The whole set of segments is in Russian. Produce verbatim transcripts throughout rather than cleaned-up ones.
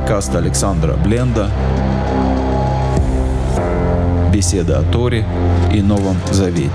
подкаст Александра Бленда «Беседы о Торе и Новом Завете».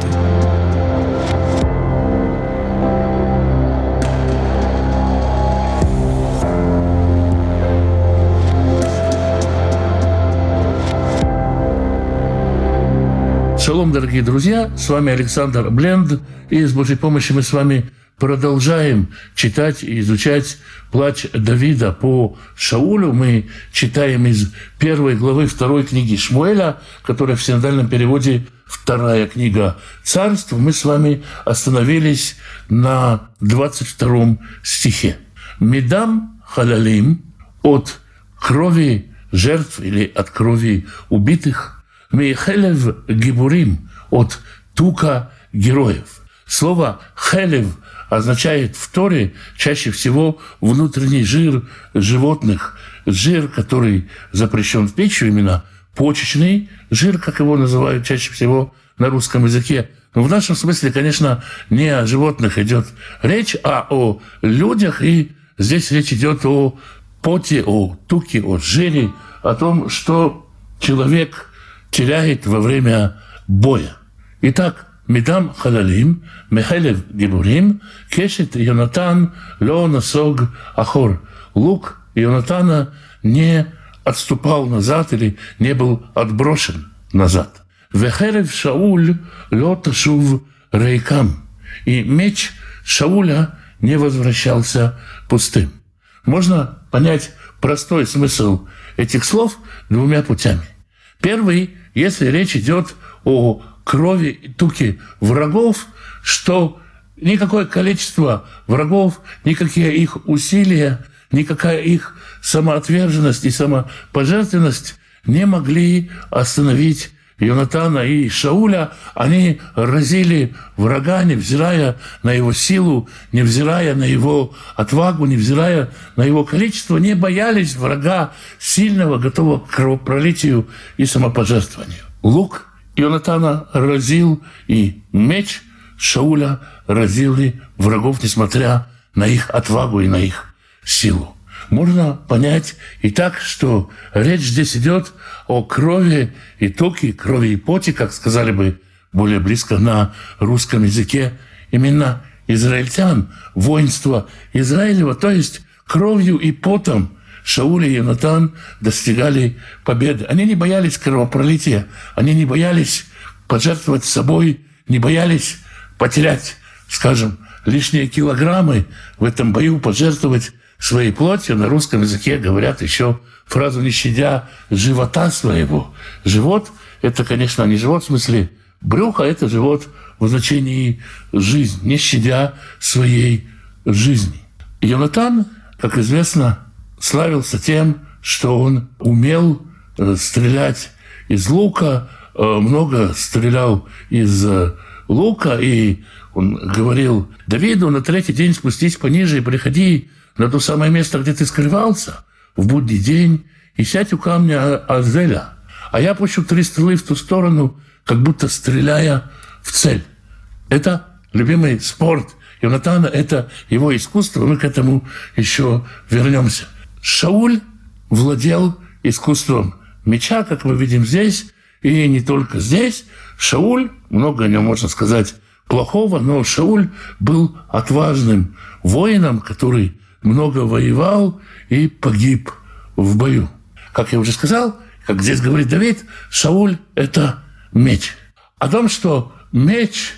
Шалом, дорогие друзья, с вами Александр Бленд, и с Божьей помощью мы с вами продолжаем читать и изучать плач Давида по Шаулю. Мы читаем из первой главы второй книги Шмуэля, которая в синодальном переводе вторая книга Царств. Мы с вами остановились на двадцать втором стихе. «Медам халалим» от крови жертв или от крови убитых, «мейхелев гибурим» от тука героев. Слово «хелев» означает в Торе чаще всего внутренний жир животных, жир, который запрещен в пищу, именно почечный жир, как его называют чаще всего на русском языке. Но в нашем смысле, конечно, не о животных идет речь, а о людях, и здесь речь идет о поте, о туке, о жире, о том, что человек теряет во время боя. Итак, «Медам халалим, мехелев гибурим, кешет Йонатан ло насог ахор». Лук Йонатана не отступал назад или не был отброшен назад. «Вехерев Шауль ло ташув рейкам». И меч Шауля не возвращался пустым. Можно понять простой смысл этих слов двумя путями. Первый, если речь идет о крови и туке врагов, что никакое количество врагов, никакие их усилия, никакая их самоотверженность и самопожертвенность не могли остановить Йонатана и Шауля. Они разили врага, невзирая на его силу, невзирая на его отвагу, невзирая на его количество, не боялись врага сильного, готового к кровопролитию и самопожертвованию. Лук Йонатана разил, и меч Шауля разили врагов, несмотря на их отвагу и на их силу. Можно понять и так, что речь здесь идет о крови и туке, крови и поте, как сказали бы более близко на русском языке, именно израильтян, воинства Израилева, то есть кровью и потом Шауль и Йонатан достигали победы. Они не боялись кровопролития, они не боялись пожертвовать собой, не боялись потерять, скажем, лишние килограммы в этом бою, пожертвовать своей плотью. На русском языке говорят еще фразу «не щадя живота своего». Живот – это, конечно, не живот в смысле брюха, это живот в значении жизнь, не щадя своей жизни. Йонатан, как известно, славился тем, что он умел стрелять из лука, много стрелял из лука, и он говорил Давиду: на третий день спустись пониже и приходи на то самое место, где ты скрывался в будний день, и сядь у камня Азеля, а я пущу три стрелы в ту сторону, как будто стреляя в цель. Это любимый спорт Йонатана, это его искусство, мы к этому еще вернемся. Шауль владел искусством меча, как мы видим здесь, и не только здесь. Шауль, много о нем можно сказать плохого, но Шауль был отважным воином, который много воевал и погиб в бою. Как я уже сказал, как здесь говорит Давид, Шауль – это меч. О том, что меч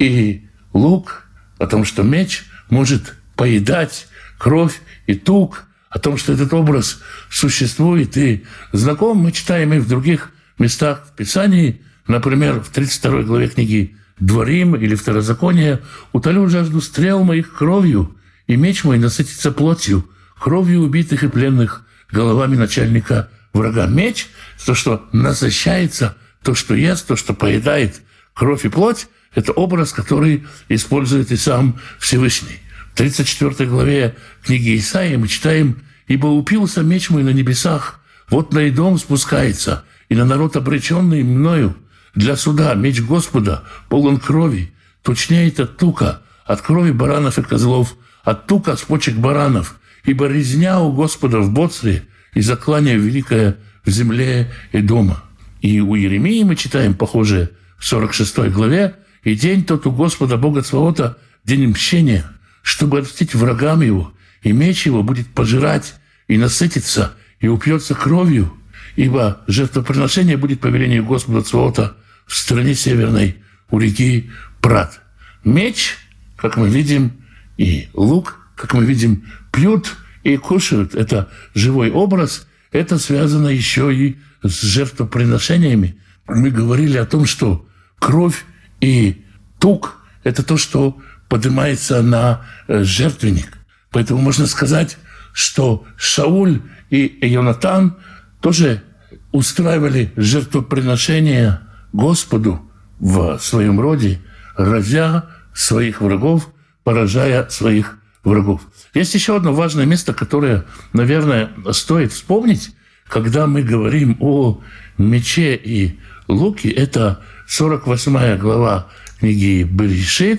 и лук, о том, что меч может поедать кровь и тук, о том, что этот образ существует и знаком, мы читаем и в других местах в Писании. Например, в тридцать второй главе книги Дворим или Второзакония: «Утолю жажду стрел моих кровью, и меч мой насытится плотью, кровью убитых и пленных, головами начальника врага». Меч – то, что насыщается, то, что ест, то, что поедает кровь и плоть – это образ, который использует и сам Всевышний. В тридцать четвёртой главе книги Исаии мы читаем: «Ибо упился меч мой на небесах, вот на Идом спускается, и на народ, обреченный мною. Для суда меч Господа полон крови, точнеет от тука, от крови баранов и козлов, от тука с почек баранов, ибо резня у Господа в Боцре, и заклание великое в земле Эдома. И у Иеремии мы читаем похожее в сорок шестой главе: «И день тот у Господа Бога Цваота, день мщения, чтобы отмстить врагам его, и меч его будет пожирать, и насытиться, и упьется кровью, ибо жертвоприношение будет по велению Господа Цваота в стране северной у реки Прат». Меч, как мы видим, и лук, как мы видим, пьют и кушают. Это живой образ. Это связано еще и с жертвоприношениями. Мы говорили о том, что кровь и тук – это то, что поднимается на жертвенник. Поэтому можно сказать, что Шауль и Йонатан тоже устраивали жертвоприношения Господу в своем роде, разя своих врагов, поражая своих врагов. Есть еще одно важное место, которое, наверное, стоит вспомнить, когда мы говорим о мече и луке. Это сорок восьмая глава книги Берешит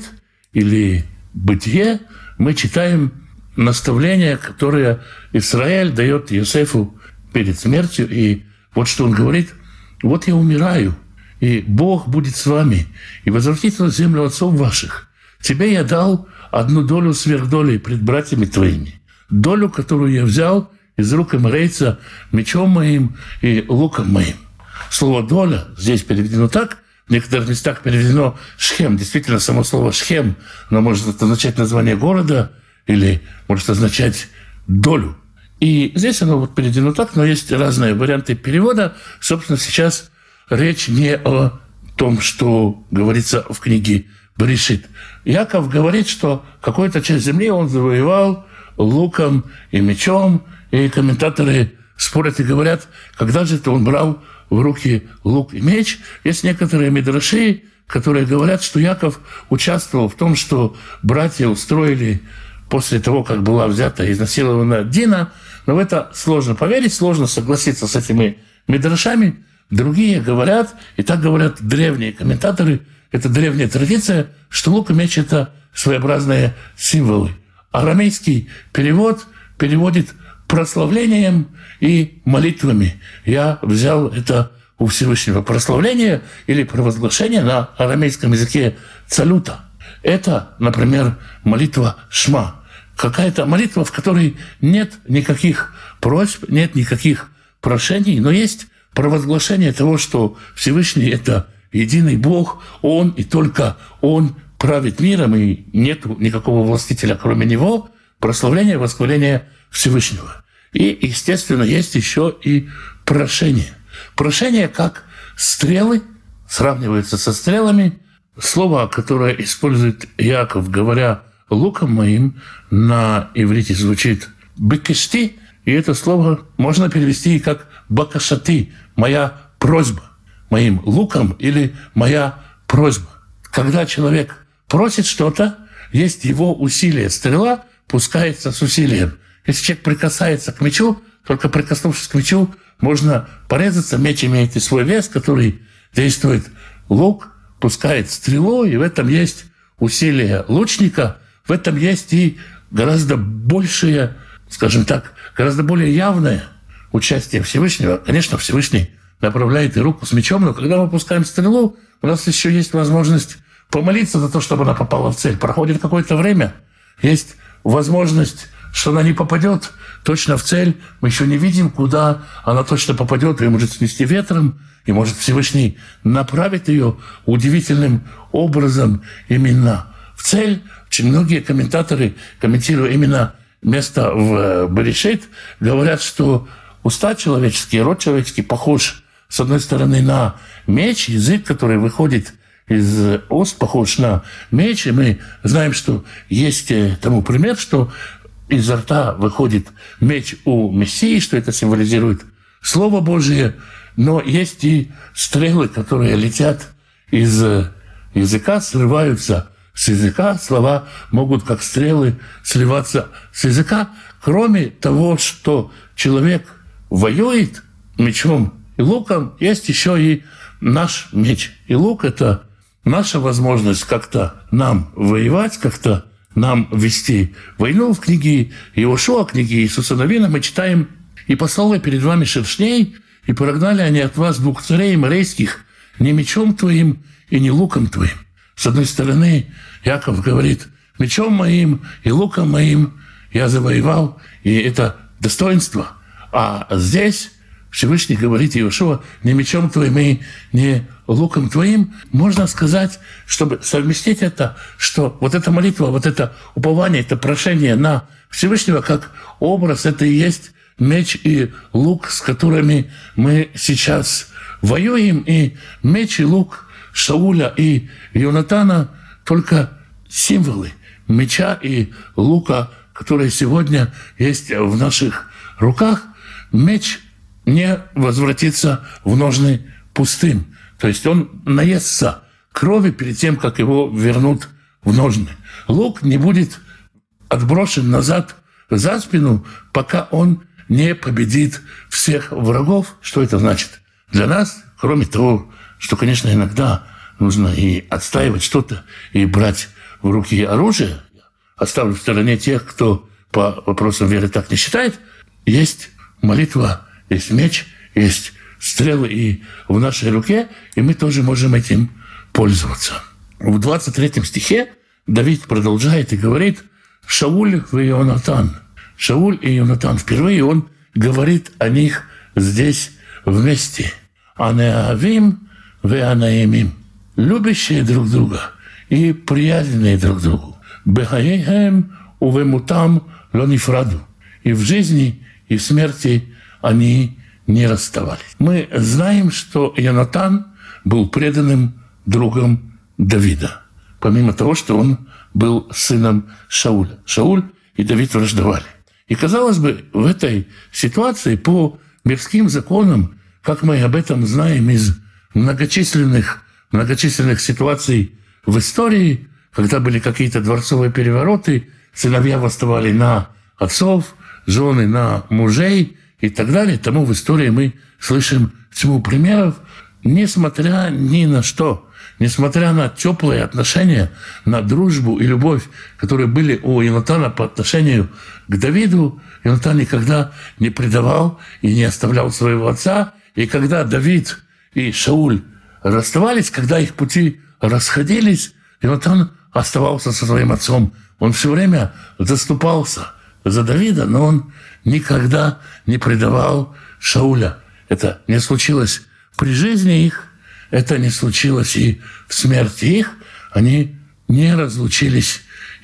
или Бытие. Мы читаем наставление, которое Израиль дает Иосифу перед смертью. И вот что он говорит: «Вот я умираю, и Бог будет с вами, и возвратится на землю отцов ваших. Тебе я дал одну долю сверхдолей пред братьями твоими, долю, которую я взял из рук аморейца мечом моим и луком моим». Слово «доля» здесь переведено так, в некоторых местах переведено «шхем». Действительно, само слово «шхем», оно может означать название города или может означать долю. И здесь оно вот переведено так, но есть разные варианты перевода. Собственно, сейчас речь не о том, что говорится в книге Берешит. Яков говорит, что какую-то часть земли он завоевал луком и мечом, и комментаторы спорят и говорят, когда же это он брал в руки лук и меч. Есть некоторые мидраши, которые говорят, что Яков участвовал в том, что братья устроили после того, как была взята и изнасилована Дина. Но в это сложно поверить, сложно согласиться с этими мидрашами. Другие говорят, и так говорят древние комментаторы, это древняя традиция, что лук и меч – это своеобразные символы. Арамейский перевод переводит прославлением и молитвами. Я взял это у Всевышнего. Прославление или провозглашение на арамейском языке цалюта. Это, например, молитва Шма. Какая-то молитва, в которой нет никаких просьб, нет никаких прошений, но есть провозглашение того, что Всевышний – это единый Бог, Он и только Он правит миром, и нет никакого властителя, кроме Него. Прославление, восхваление Всевышнего. И, естественно, есть еще и прошение. Прошение как стрелы, сравнивается со стрелами. Слово, которое использует Яков, говоря «луком моим», на иврите звучит «бекешти», и это слово можно перевести как «бакашати», «моя просьба», «моим луком» или «моя просьба». Когда человек просит что-то, есть его усилие. Стрела пускается с усилием. Если человек прикасается к мечу, только прикоснувшись к мечу, можно порезаться. Меч имеет и свой вес, который действует. Лук пускает стрелу, и в этом есть усилие лучника, в этом есть и гораздо большее, скажем так, гораздо более явное участие Всевышнего. Конечно, Всевышний направляет и руку с мечом, но когда мы пускаем стрелу, у нас еще есть возможность помолиться за то, чтобы она попала в цель. Проходит какое-то время, есть возможность, что она не попадет точно в цель. Мы еще не видим, куда она точно попадет. Ее может снести ветром, и может Всевышний направить ее удивительным образом именно в цель. Очень многие комментаторы, комментируя именно место в Берешит, говорят, что уста человеческие, рот человеческий похож, с одной стороны, на меч, язык, который выходит из уст, похож на меч. И мы знаем, что есть тому пример, что изо рта выходит меч у Мессии, что это символизирует Слово Божие. Но есть и стрелы, которые летят из языка, срываются с языка. Слова могут, как стрелы, сливаться с языка. Кроме того, что человек воюет мечом и луком, есть еще и наш меч. И лук – это наша возможность как-то нам воевать, как-то нам вести войну. В книге Иошуа, книге Иисуса Навина мы читаем: И послал я перед вами шершней, и прогнали они от вас двух царей морейских не мечом твоим и не луком твоим». С одной стороны, Яков говорит: мечом моим и луком моим я завоевал, и это достоинство. А здесь Всевышний говорит Иошуа: не мечом твоим и не луком твоим. Можно сказать, чтобы совместить это, что вот эта молитва, вот это упование, это прошение на Всевышнего как образ, это и есть меч и лук, с которыми мы сейчас воюем. И меч и лук Шауля и Йонатана только символы меча и лука, которые сегодня есть в наших руках. Меч не возвратится в ножны пустым. То есть он наестся крови перед тем, как его вернут в ножны. Лук не будет отброшен назад за спину, пока он не победит всех врагов. Что это значит для нас? Кроме того, что, конечно, иногда нужно и отстаивать что-то, и брать в руки оружие. Оставлю в стороне тех, кто по вопросам веры так не считает. Есть молитва, есть меч, есть стрелы и в нашей руке, и мы тоже можем этим пользоваться. В двадцать третьем стихе Давид продолжает и говорит: «Шауль и Йонатан». Шауль и Йонатан. Впервые он говорит о них здесь вместе. «Анеавим ве анаемим». Любящие друг друга и приятельные друг другу. «Бехаейхем увемутам лонифраду». И в жизни, и в смерти они не расставались. Мы знаем, что Йонатан был преданным другом Давида, помимо того, что он был сыном Шауля. Шауль и Давид враждовали. И, казалось бы, в этой ситуации по мирским законам, как мы об этом знаем из многочисленных, многочисленных ситуаций в истории, когда были какие-то дворцовые перевороты, сыновья восставали на отцов, жены на мужей и так далее, тому в истории мы слышим тьму примеров, несмотря ни на что, несмотря на теплые отношения, на дружбу и любовь, которые были у Йонатана по отношению к Давиду, Йонатан никогда не предавал и не оставлял своего отца. И когда Давид и Шауль расставались, когда их пути расходились, Йонатан оставался со своим отцом. Он все время заступался за Давида, но он никогда не предавал Шауля. Это не случилось при жизни их, это не случилось и в смерти их. Они не разлучились,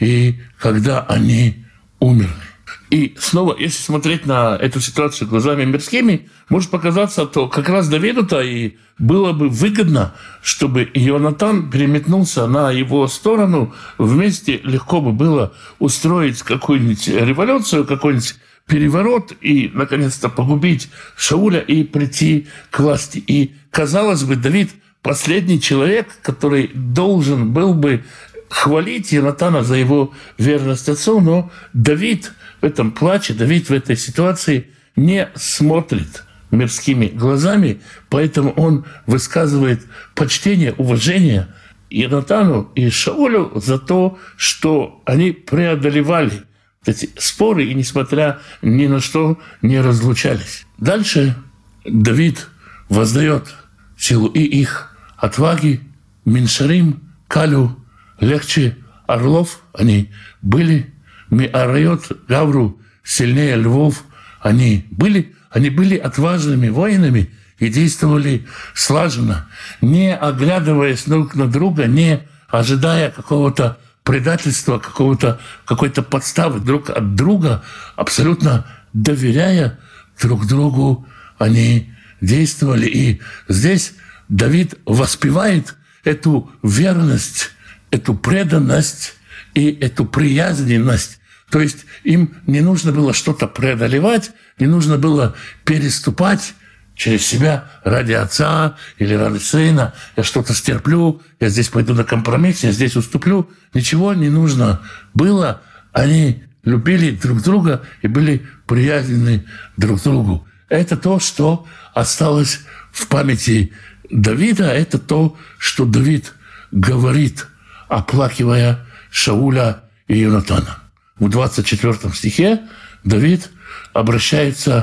и когда они умерли. И снова, если смотреть на эту ситуацию глазами мирскими, может показаться, то как раз Давиду-то и было бы выгодно, чтобы Йонатан переметнулся на его сторону. Вместе легко бы было устроить какую-нибудь революцию, какой-нибудь переворот и, наконец-то, погубить Шауля и прийти к власти. И, казалось бы, Давид – последний человек, который должен был бы хвалить Йонатана за его верность отцу, но Давид в этом плаче, Давид в этой ситуации не смотрит мирскими глазами, поэтому он высказывает почтение, уважение Йонатану и Шаулю за то, что они преодолевали эти споры и, несмотря ни на что, не разлучались. Дальше Давид воздает силу и их отваги, Миншарим, Калю, легче орлов они были, Миарайот, Гавру, сильнее львов они были. Они были отважными воинами и действовали слаженно, не оглядываясь друг на друга, не ожидая какого-то предательства, какого-то, какой-то подставы друг от друга, абсолютно доверяя друг другу, они действовали. И здесь Давид воспевает эту верность, эту преданность и эту приязненность. То есть им не нужно было что-то преодолевать, не нужно было переступать через себя ради отца или ради сына. Я что-то стерплю, я здесь пойду на компромисс, я здесь уступлю. Ничего не нужно было. Они любили друг друга и были приязнены друг другу. Это то, что осталось в памяти Давида, это то, что Давид говорит, оплакивая Шауля и Йонатана. В двадцать четвёртом стихе Давид обращается к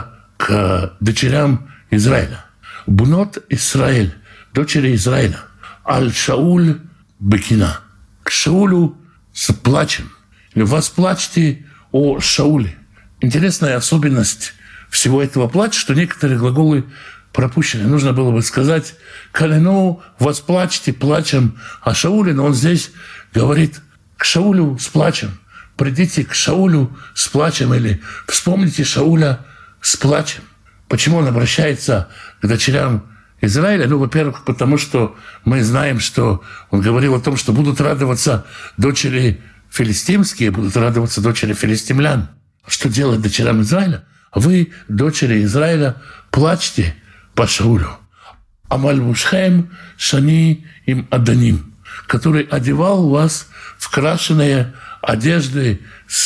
к дочерям Израиля. Бунот Исраэль, дочери Израиля. Аль-Шауль Бекина. К Шаулю с плачем. Восплачьте о Шауле. Интересная особенность всего этого плача, что некоторые глаголы пропущены. Нужно было бы сказать «Калину восплачьте плачем о Шауле», но он здесь говорит «к Шаулю с плачем». Придите к Шаулю с плачем или вспомните Шауля с плачем. Почему он обращается к дочерям Израиля? Ну, во-первых, потому что мы знаем, что он говорил о том, что будут радоваться дочери филистимские, будут радоваться дочери филистимлян. Что делать дочерям Израиля? Вы, дочери Израиля, плачьте по Шаулю. Амальбушхем шани им аданим, который одевал вас в крашеные одежды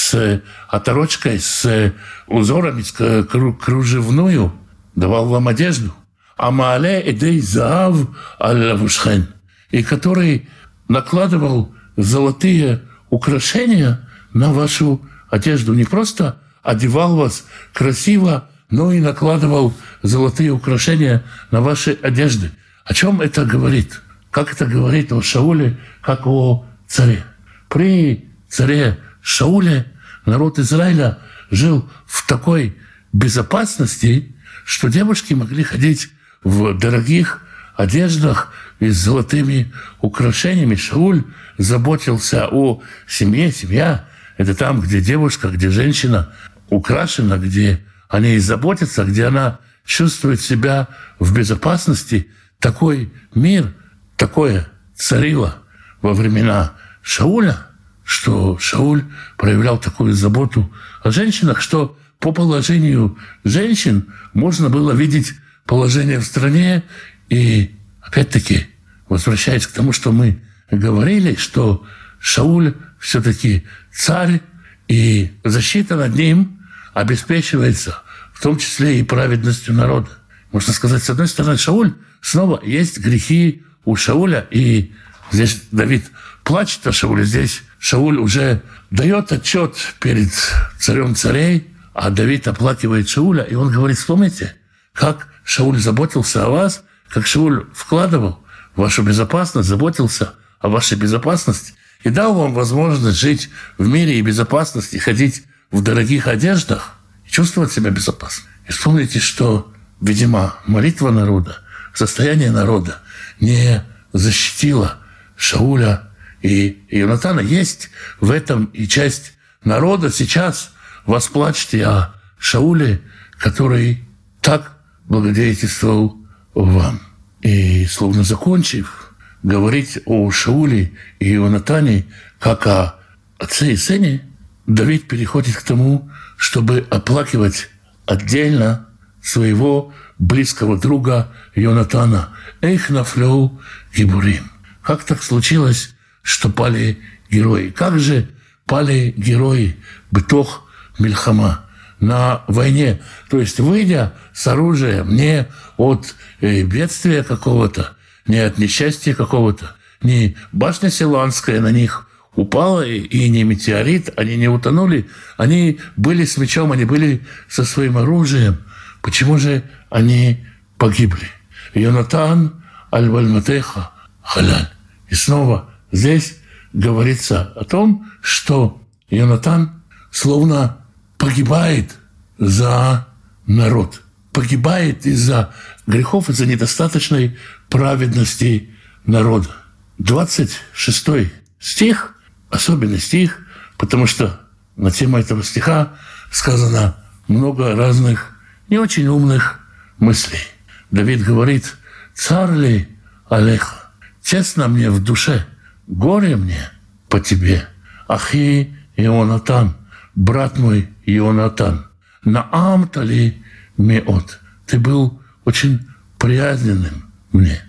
с оторочкой, с узорами, с кружевную, давал вам одежду. Амаале эдей заав аль-лавушхен, и который накладывал золотые украшения на вашу одежду. Не просто одевал вас красиво, но и накладывал золотые украшения на ваши одежды. О чем это говорит? Как это говорит о Шауле, как о царе? При царе Шауле народ Израиля жил в такой безопасности, что девушки могли ходить в дорогих одеждах и с золотыми украшениями. Шауль заботился о семье. Семья — это там, где девушка, где женщина украшена, где о ней заботятся, где она чувствует себя в безопасности. Такой мир, такое царило во времена Шауля, что Шауль проявлял такую заботу о женщинах, что по положению женщин можно было видеть положение в стране. И опять-таки, возвращаясь к тому, что мы говорили, что Шауль все-таки царь, и защита над ним обеспечивается в том числе и праведностью народа. Можно сказать, с одной стороны, Шауль, снова есть грехи у Шауля, и здесь Давид плачет о Шауле, здесь Шауль уже дает отчет перед царем царей, а Давид оплакивает Шауля, и он говорит: вспомните, как Шауль заботился о вас, как Шауль вкладывал в вашу безопасность, заботился о вашей безопасности и дал вам возможность жить в мире и безопасности, ходить в дорогих одеждах и чувствовать себя безопасно. И вспомните, что, видимо, молитва народа, состояние народа не защитило Шауля и Йонатана. Есть в этом и часть народа. Сейчас восплачьте о Шауле, который так благодетельствовал вам. И, словно закончив говорить о Шауле и Йонатане как о отце и сыне, Давид переходит к тому, чтобы оплакивать отдельно своего близкого друга Йонатана. «Эйх нафлёу гибурим». Как так случилось, что пали герои? Как же пали герои бетох мильхама, на войне? То есть, выйдя с оружием не от бедствия какого-то, не от несчастья какого-то, не башня Силанская на них упала, и не метеорит, они не утонули, они были с мечом, они были со своим оружием. Почему же они погибли? Йонатан аль-вальматеха халяль. И снова здесь говорится о том, что Йонатан словно погибает за народ, погибает из-за грехов, из-за недостаточной праведности народа. двадцать шестой стих, особенный стих, потому что на тему этого стиха сказано много разных не очень умных мыслей. Давид говорит: «Царь ли алеха? Тесно мне в душе, горе мне по тебе. Ахи Йонатан, брат мой Йонатан, наам тали меот, ты был очень приязненным мне.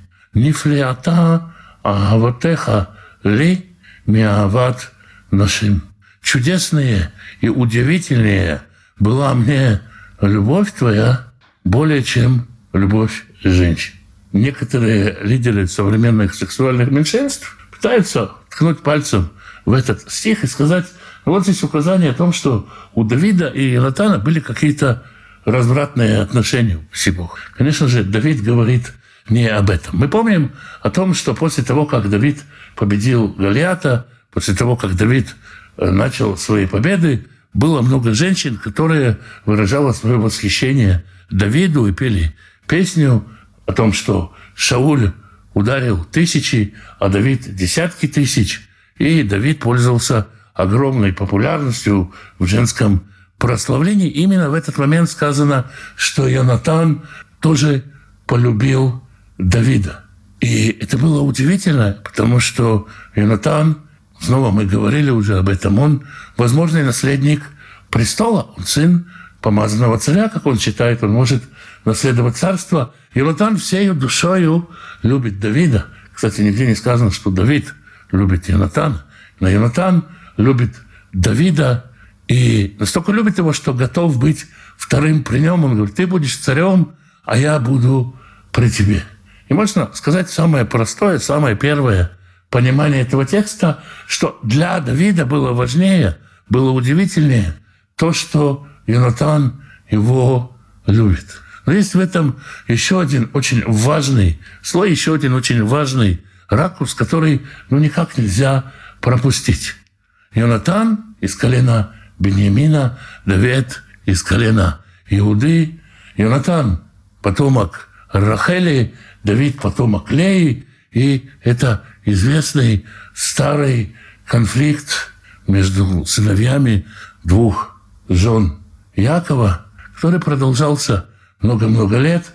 Нифлеата агаватеха ли миават нашим». Чудесные и удивительнее была мне любовь твоя более, чем любовь женщин. Некоторые лидеры современных сексуальных меньшинств пытаются ткнуть пальцем в этот стих и сказать: вот здесь указание о том, что у Давида и Йонатана были какие-то развратные отношения, упаси Бог. Конечно же, Давид говорит не об этом. Мы помним о том, что после того, как Давид победил Голиата, после того, как Давид начал свои победы, было много женщин, которые выражали свое восхищение Давиду и пели песню о том, что Шауль ударил тысячи, а Давид десятки тысяч. И Давид пользовался огромной популярностью в женском прославлении. Именно в этот момент сказано, что Йонатан тоже полюбил Давида. И это было удивительно, потому что Йонатан, снова мы говорили уже об этом, он возможный наследник престола, он сын помазанного царя, как он считает, он может наследовать царство. Йонатан всею душою любит Давида. Кстати, нигде не сказано, что Давид любит Йонатана, но Йонатан любит Давида и настолько любит его, что готов быть вторым при нем. Он говорит: ты будешь царем, а я буду при тебе. И можно сказать самое простое, самое первое понимание этого текста, что для Давида было важнее, было удивительнее то, что Йонатан его любит. Но есть в этом еще один очень важный слой, еще один очень важный ракурс, который ну, никак нельзя пропустить. Йонатан из колена Беньямина, Давид из колена Иуды. Йонатан – потомок Рахели, Давид – потомок Леи. И это известный старый конфликт между сыновьями двух жен Якова, который продолжался много-много лет.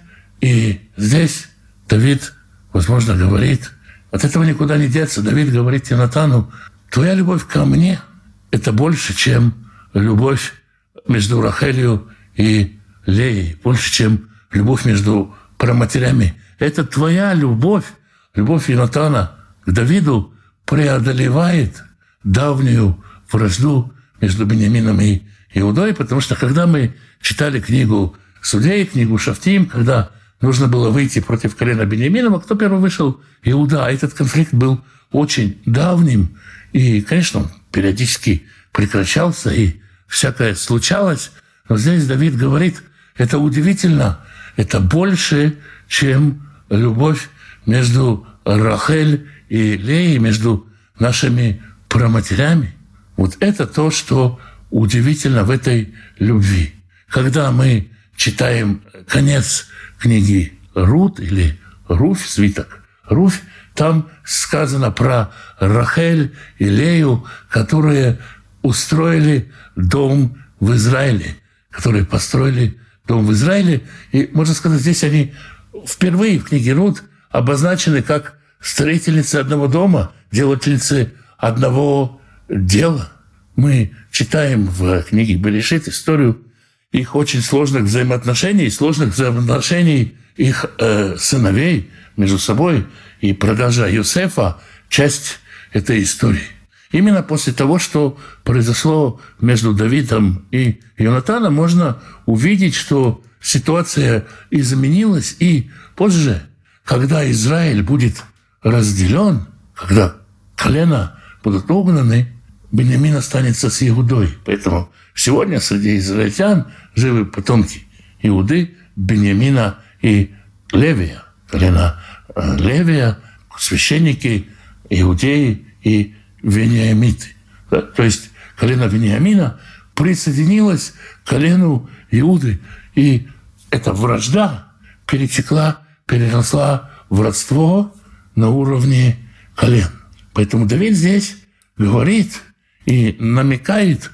И здесь Давид, возможно, говорит, от этого никуда не деться. Давид говорит Йонатану: твоя любовь ко мне – это больше, чем любовь между Рахелью и Леей, больше, чем любовь между праматерями. Это твоя любовь, любовь Йонатана к Давиду преодолевает давнюю вражду между Беньямином и Иудой, потому что когда мы читали книгу Судей, книгу Шафтим, когда нужно было выйти против колена Беньяминова, кто первый вышел? Иуда. А этот конфликт был очень давним, и, конечно, он периодически прекращался, и всякое случалось. Но здесь Давид говорит, это удивительно, это больше, чем любовь между Рахель и Леей, между нашими праматерями. Вот это то, что удивительно в этой любви. Когда мы читаем конец книги Рут или Руфь, свиток Руфь, там сказано про Рахель и Лею, которые устроили дом в Израиле, которые построили дом в Израиле. И, можно сказать, здесь они впервые в книге Рут обозначены как строительницы одного дома, делательницы одного дела. Мы читаем в книге Берешит историю их очень сложных взаимоотношений, сложных взаимоотношений их э, сыновей между собой, и продажа Йосефа – часть этой истории. Именно после того, что произошло между Давидом и Йонатаном, можно увидеть, что ситуация изменилась, и позже, когда Израиль будет разделен, когда колена будут угнаны, Беньямин останется с Иудой. Поэтому сегодня среди израильтян живы потомки Иуды, Беньямина и Левия. Колена Левия, священники, иудеи и вениамиты. То есть колено Вениамина присоединилось к колену Иуды. И эта вражда перетекла, переросла в родство на уровне колен. Поэтому Давид здесь говорит и намекает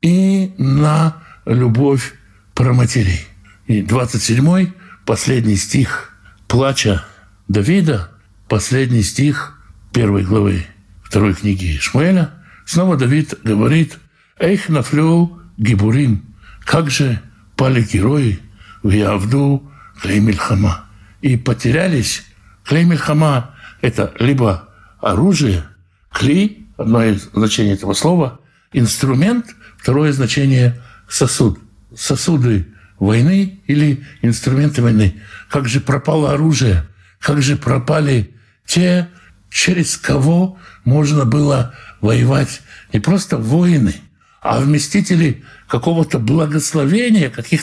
и на любовь праматерей. И двадцать седьмой, последний стих плача Давида, последний стих первой главы второй книги Шмуэля, снова Давид говорит: «Эйх нафлю гибурим, как же пали герои в Явду клей мильхама». И потерялись. Клей мильхама – это либо оружие, клей, одно из значений этого слова, инструмент, второе значение – сосуд. Сосуды войны или инструменты войны. Как же пропало оружие, как же пропали те, через кого можно было воевать не просто воины, а вместители какого-то благословения, каких-то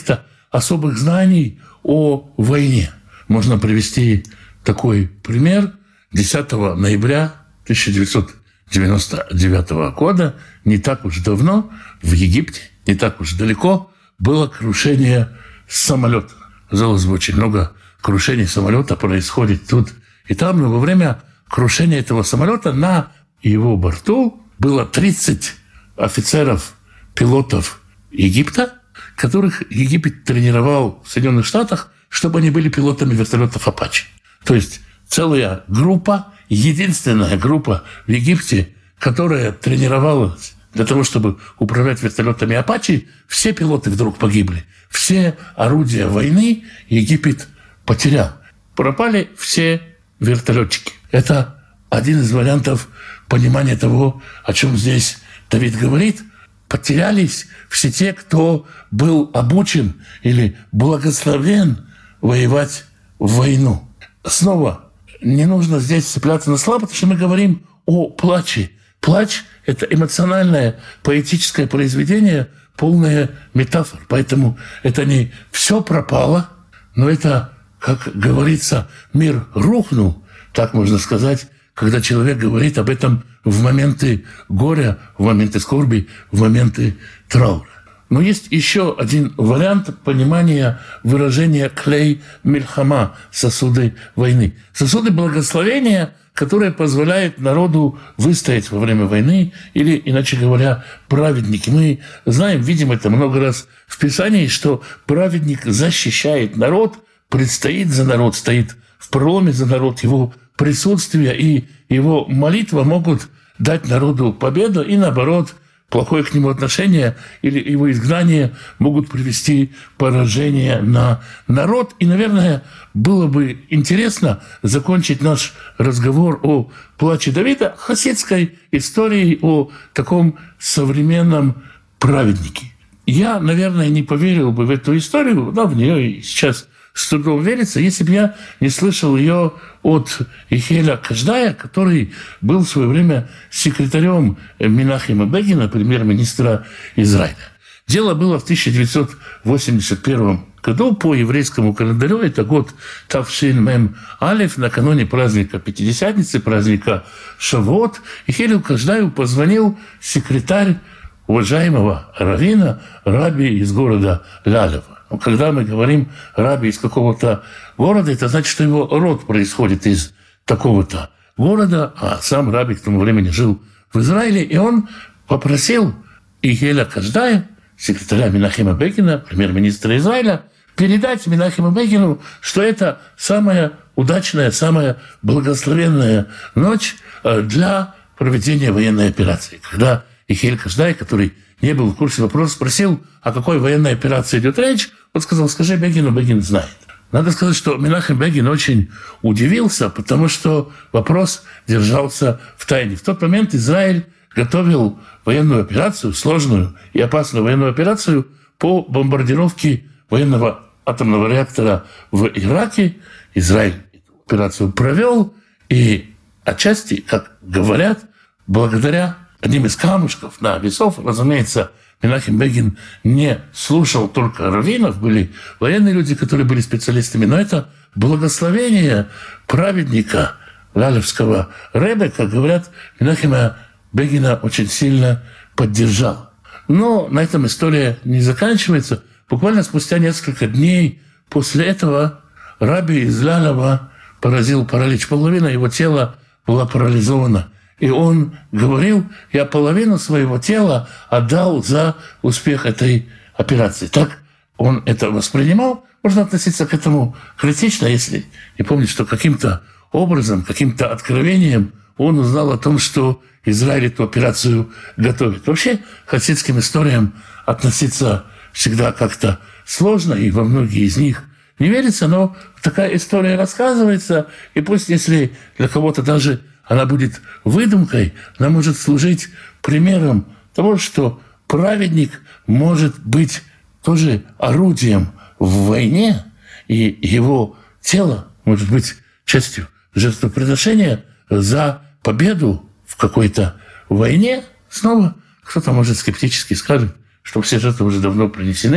особых знаний о войне. Можно привести такой пример. десятого ноября тысяча девятьсот девяносто девятого года, не так уж давно, в Египте, не так уж далеко, было крушение самолета. Казалось бы, очень много крушений самолета происходит тут и там, но во время крушения этого самолета на его борту было тридцать офицеров, пилотов Египта, которых Египет тренировал в Соединенных Штатах, чтобы они были пилотами вертолетов «Апачи». То есть целая группа, единственная группа в Египте, которая тренировалась для того, чтобы управлять вертолетами «Апачи», все пилоты вдруг погибли. Все орудия войны Египет потерял. Пропали все вертолетчики. Это один из вариантов понимания того, о чем здесь Давид говорит. Потерялись все те, кто был обучен или благословен воевать в войну. Снова, не нужно здесь цепляться на слова, потому что мы говорим о плаче. Плач – это эмоциональное, поэтическое произведение, полное метафор. Поэтому это не все пропало, но это, как говорится, мир рухнул, так можно сказать, когда человек говорит об этом в моменты горя, в моменты скорби, в моменты траура. Но есть еще один вариант понимания выражения «клей мильхама» – сосуды войны. Сосуды благословения, которые позволяют народу выстоять во время войны, или, иначе говоря, праведники. Мы знаем, видим это много раз в Писании, что праведник защищает народ, предстоит за народ, стоит в проломе за народ, его присутствие и его молитва могут дать народу победу, и наоборот, плохое к нему отношение или его изгнание могут привести поражение на народ. И, наверное, было бы интересно закончить наш разговор о плаче Давида хасидской историей о таком современном праведнике. Я, наверное, не поверил бы в эту историю, но в нее и сейчас с трудом верится, если бы я не слышал ее от Ихеля Каждая, который был в свое время секретарем Менахема Бегина, премьер-министра Израиля. Дело было в тысяча девятьсот восемьдесят первом году по еврейскому календарю. Это год Тавшин Мем Алеф, накануне праздника Пятидесятницы, праздника Шавуот. Ихелю Каждаю позвонил секретарь уважаемого раввина, раби из города Лялева. Когда мы говорим раби из какого-то города, это значит, что его род происходит из такого-то города, а сам раби к тому времени жил в Израиле, и он попросил Ихеля Каждая, секретаря Менахема Бегина, премьер-министра Израиля, передать Менахему Бегину, что это самая удачная, самая благословенная ночь для проведения военной операции. Когда Ихель Каждай, который не был в курсе вопроса, спросил, о какой военной операции идет речь, он сказал: скажи Бегину, Бегин знает. Надо сказать, что Менахем Бегин очень удивился, потому что вопрос держался в тайне. В тот момент Израиль готовил военную операцию, сложную и опасную военную операцию по бомбардировке военного атомного реактора в Ираке. Израиль эту операцию провел, и отчасти, как говорят, благодаря одним из камушков на весов, разумеется, Менахем Бегин не слушал только раввинов, были военные люди, которые были специалистами, но это благословение праведника лялевского ребе, как говорят, Менахема Бегина очень сильно поддержал. Но на этом история не заканчивается. Буквально спустя несколько дней после этого раби из Лялева поразил паралич. Половина его тела была парализована. И он говорил: я половину своего тела отдал за успех этой операции. Так он это воспринимал. Можно относиться к этому критично, если не помнить, что каким-то образом, каким-то откровением он узнал о том, что Израиль эту операцию готовит. Вообще, к хасидским историям относиться всегда как-то сложно, и во многие из них не верится, но такая история рассказывается, и пусть, если для кого-то даже она будет выдумкой, она может служить примером того, что праведник может быть тоже орудием в войне, и его тело может быть частью жертвоприношения за победу в какой-то войне. Снова кто-то, может, скептически скажет, что все жертвы уже давно принесены.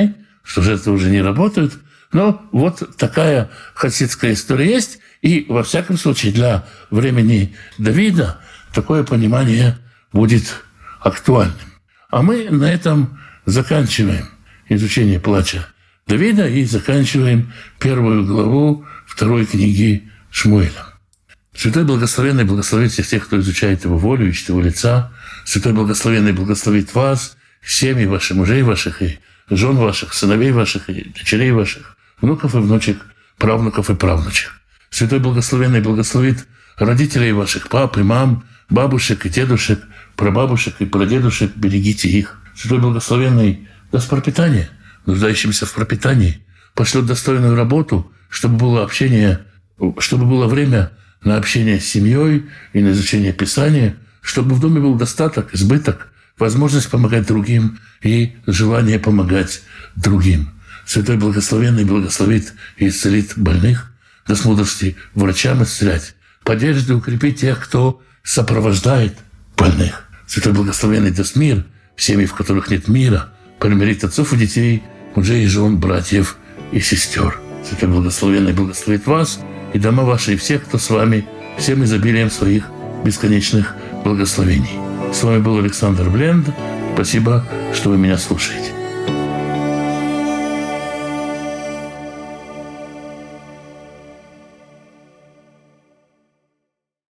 что жертвы уже не работают. Но вот такая хасидская история есть. И, во всяком случае, для времени Давида такое понимание будет актуальным. А мы на этом заканчиваем изучение плача Давида и заканчиваем первую главу второй книги Шмуэля. Святой Благословенный благословит всех тех, кто изучает Его волю, ищет Его лица. Святой Благословенный благословит вас, семьи ваших, мужей ваших, и жен ваших, сыновей ваших, и дочерей ваших, внуков и внучек, правнуков и правнучек. Святой Благословенный благословит родителей ваших, пап и мам, бабушек и дедушек, прабабушек и прадедушек, берегите их. Святой Благословенный даст пропитание нуждающимся в пропитании, пошлет достойную работу, чтобы было общение, чтобы было время на общение с семьей и на изучение Писания, чтобы в доме был достаток, избыток, возможность помогать другим и желание помогать другим. Святой Благословенный благословит и исцелит больных, даст мудрости врачам исцелять, поддержит и укрепит тех, кто сопровождает больных. Святой Благословенный даст мир в семьи, в которых нет мира, примирит отцов и детей, мужей и жен, братьев и сестер. Святой Благословенный благословит вас и дома ваши, и всех, кто с вами, всем изобилием своих бесконечных благословений. С вами был Александр Бленд. Спасибо, что вы меня слушаете.